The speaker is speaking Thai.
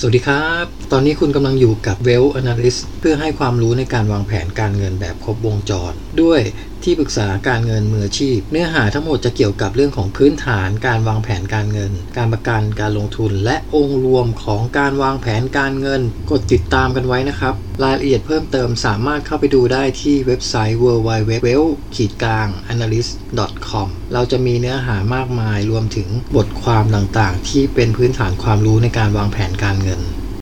สวัสดีครับตอนนี้คุณกำลังอยู่กับ Wealth Analyst เพื่อให้ความรู้ในการวางแผนการเงินแบบครบวงจรด้วยที่ปรึกษาการเงินมืออาชีพเนื้อหาทั้งหมดจะเกี่ยวกับเรื่องของพื้นฐานการวางแผนการเงินการประกันการลงทุนและองค์รวมของการวางแผนการเงินกดติดตามกันไว้นะครับรายละเอียดเพิ่มเติมสามารถเข้าไปดูได้ที่เว็บไซต์ www.wealth-analyst.com เราจะมีเนื้อหามากมายรวมถึงบทความต่างๆที่เป็นพื้นฐานความรู้ในการวางแผนการเงิน